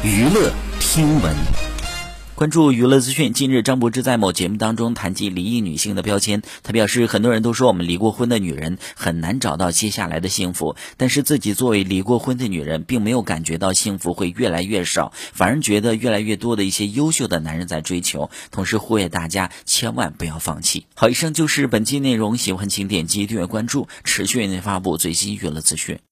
娱乐听闻。 关注娱乐资讯，近日张柏芝在某节目当中谈及离异女性的标签，她表示很多人都说我们离过婚的女人很难找到接下来的幸福，但是自己作为离过婚的女人并没有感觉到幸福会越来越少，反而觉得越来越多的一些优秀的男人在追求，同时呼吁大家千万不要放弃。好，以上就是本期内容，喜欢请点击订阅关注，持续为您发布最新娱乐资讯。